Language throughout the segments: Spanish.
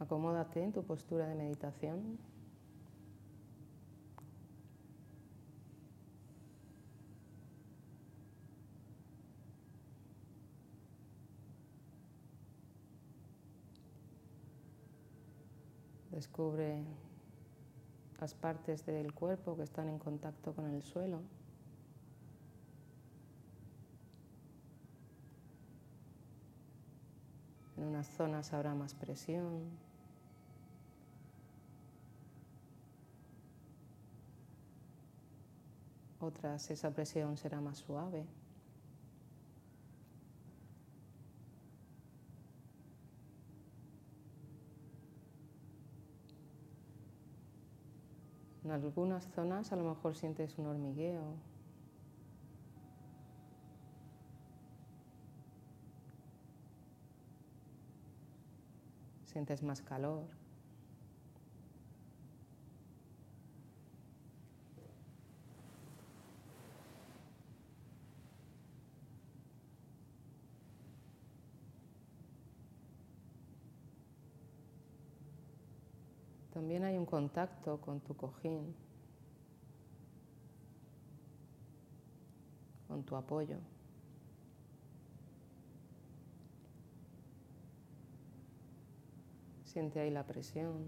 Acomódate en tu postura de meditación. Descubre las partes del cuerpo que están en contacto con el suelo. En unas zonas habrá más presión. Otras esa presión será más suave. En algunas zonas a lo mejor sientes un hormigueo. Sientes más calor. También hay un contacto con tu cojín, con tu apoyo. Siente ahí la presión.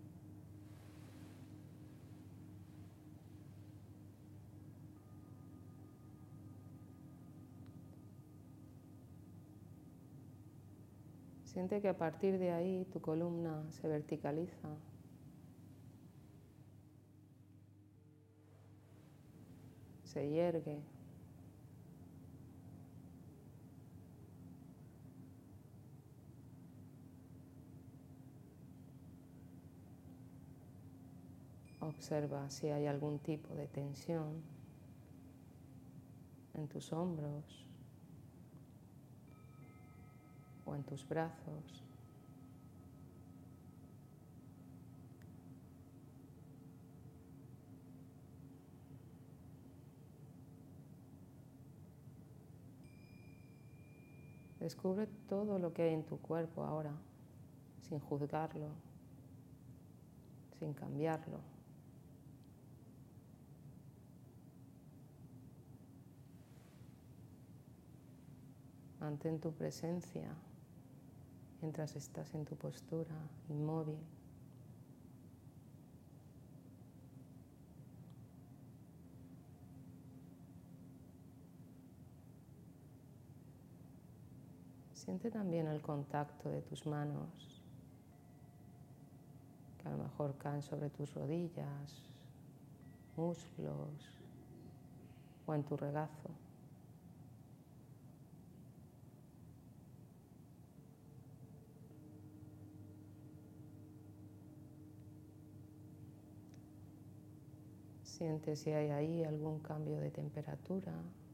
Siente que a partir de ahí tu columna se verticaliza. Se yergue. Observa si hay algún tipo de tensión en tus hombros o en tus brazos. Descubre todo lo que hay en tu cuerpo ahora, sin juzgarlo, sin cambiarlo. Mantén tu presencia mientras estás en tu postura inmóvil. Siente también el contacto de tus manos, que a lo mejor caen sobre tus rodillas, muslos o en tu regazo. Siente si hay ahí algún cambio de temperatura.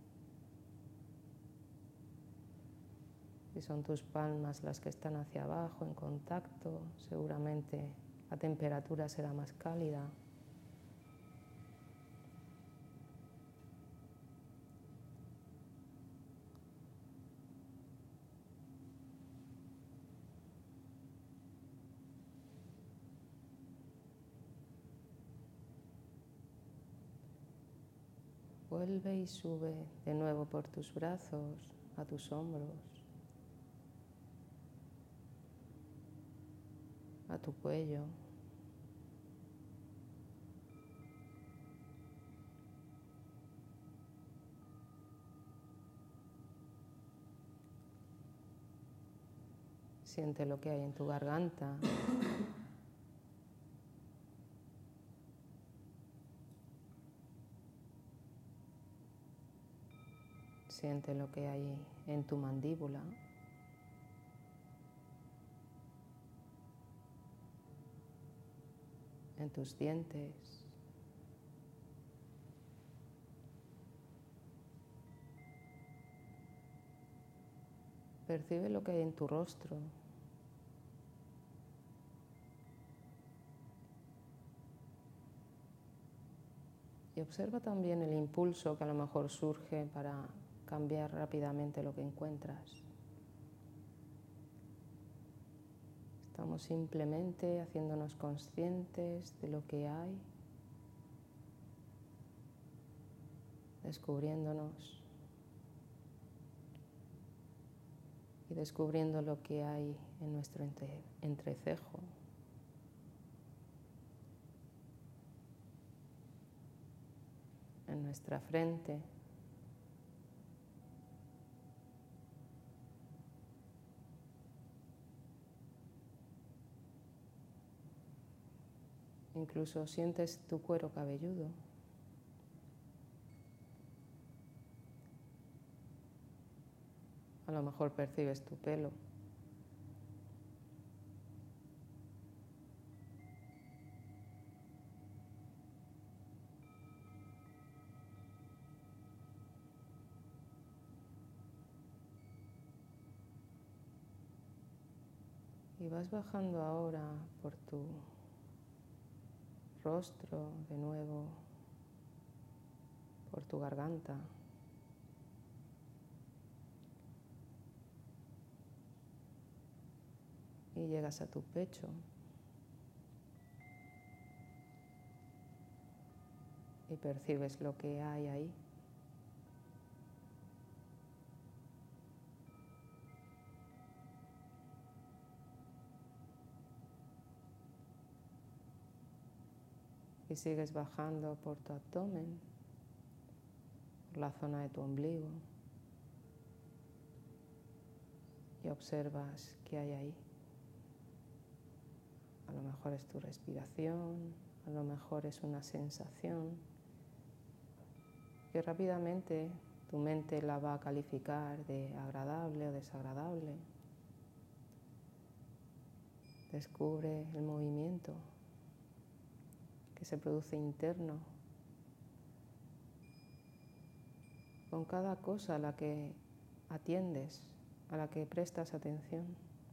Si son tus palmas las que están hacia abajo en contacto, seguramente la temperatura será más cálida. Vuelve y sube de nuevo por tus brazos a tus hombros, a tu cuello. Siente lo que hay en tu garganta. Siente lo que hay en tu mandíbula. En tus dientes. Percibe lo que hay en tu rostro. Y observa también el impulso que a lo mejor surge para cambiar rápidamente lo que encuentras. Estamos simplemente haciéndonos conscientes de lo que hay, descubriéndonos y descubriendo lo que hay en nuestro entrecejo. En nuestra frente. Incluso sientes tu cuero cabelludo. A lo mejor percibes tu pelo. Y vas bajando ahora por tu rostro, de nuevo, por tu garganta. Y llegas a tu pecho. Y percibes lo que hay ahí. Y sigues bajando por tu abdomen, por la zona de tu ombligo. Y observas qué hay ahí. A lo mejor es tu respiración, a lo mejor es una sensación que rápidamente tu mente la va a calificar de agradable o desagradable. Descubre el movimiento que se produce interno con cada cosa a la que atiendes, a la que prestas atención.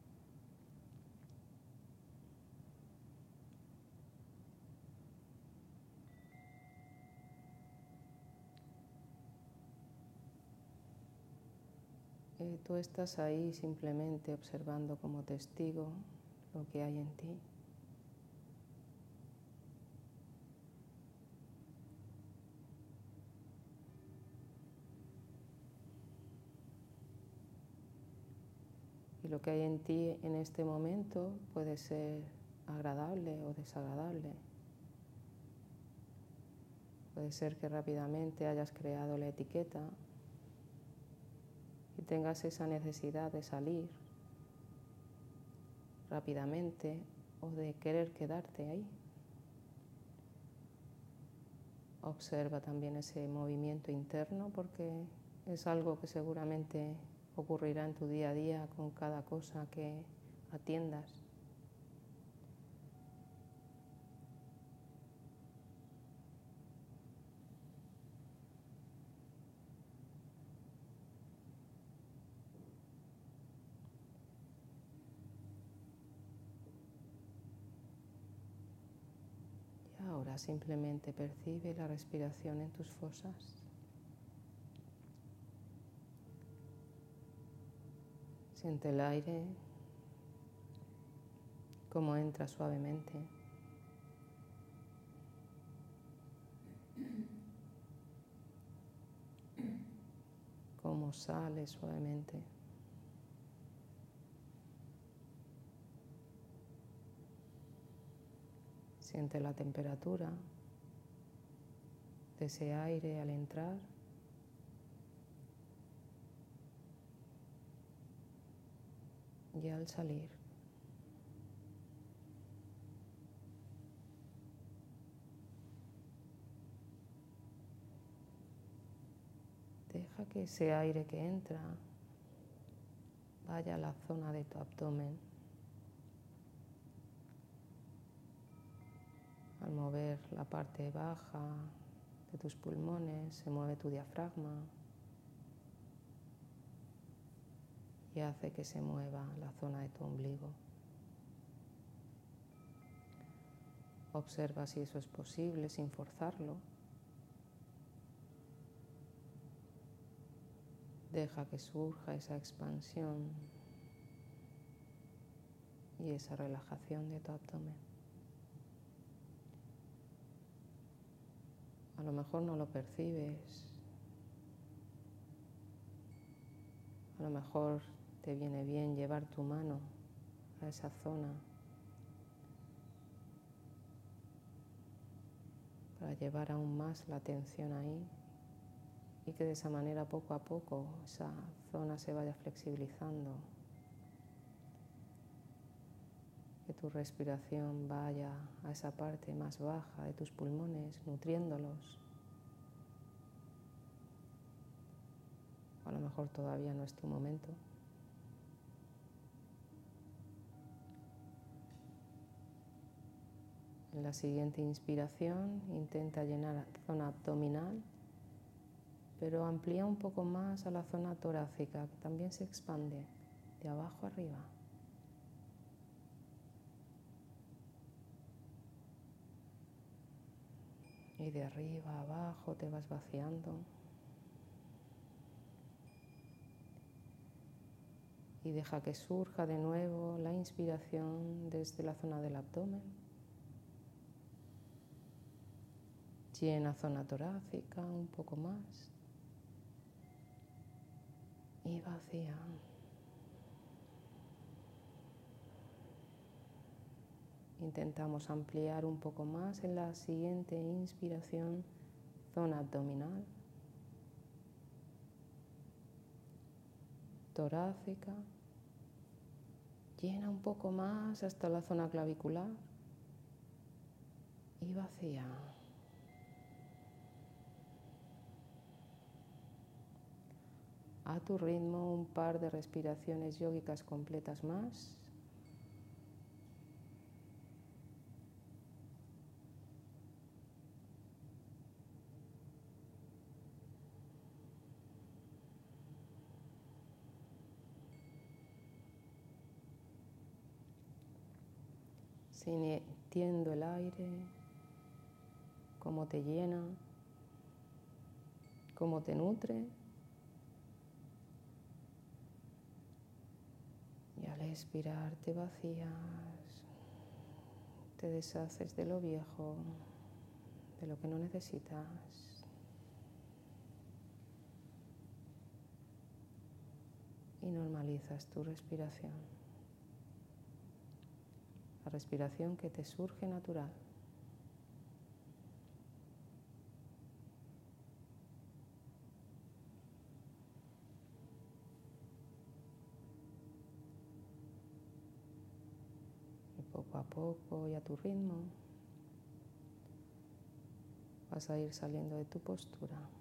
Tú estás ahí simplemente observando como testigo lo que hay en ti. Y lo que hay en ti en este momento puede ser agradable o desagradable. Puede ser que rápidamente hayas creado la etiqueta y tengas esa necesidad de salir rápidamente o de querer quedarte ahí. Observa también ese movimiento interno porque es algo que seguramente ocurrirá en tu día a día con cada cosa que atiendas. Y ahora simplemente percibe la respiración en tus fosas. Siente el aire, cómo entra suavemente. Cómo sale suavemente. Siente la temperatura de ese aire al entrar y al salir. Deja que ese aire que entra vaya a la zona de tu abdomen. Al mover la parte baja de tus pulmones, se mueve tu diafragma y hace que se mueva la zona de tu ombligo. Observa si eso es posible sin forzarlo. Deja que surja esa expansión y esa relajación de tu abdomen. A lo mejor no lo percibes, a lo mejor te viene bien llevar tu mano a esa zona para llevar aún más la atención ahí y que de esa manera poco a poco esa zona se vaya flexibilizando, que tu respiración vaya a esa parte más baja de tus pulmones, nutriéndolos. A lo mejor todavía no es tu momento. En la siguiente inspiración intenta llenar la zona abdominal, pero amplía un poco más a la zona torácica, que también se expande de abajo arriba. Y de arriba a abajo te vas vaciando. Y deja que surja de nuevo la inspiración desde la zona del abdomen. Llena zona torácica un poco más. Y vacía. Intentamos ampliar un poco más en la siguiente inspiración, zona abdominal, torácica. Llena un poco más hasta la zona clavicular y vacía. A tu ritmo, un par de respiraciones yógicas completas más. Sintiendo el aire, cómo te llena, cómo te nutre. Y al expirar te vacías, te deshaces de lo viejo, de lo que no necesitas. Y normalizas tu respiración. La respiración que te surge natural. Y poco a poco y a tu ritmo vas a ir saliendo de tu postura.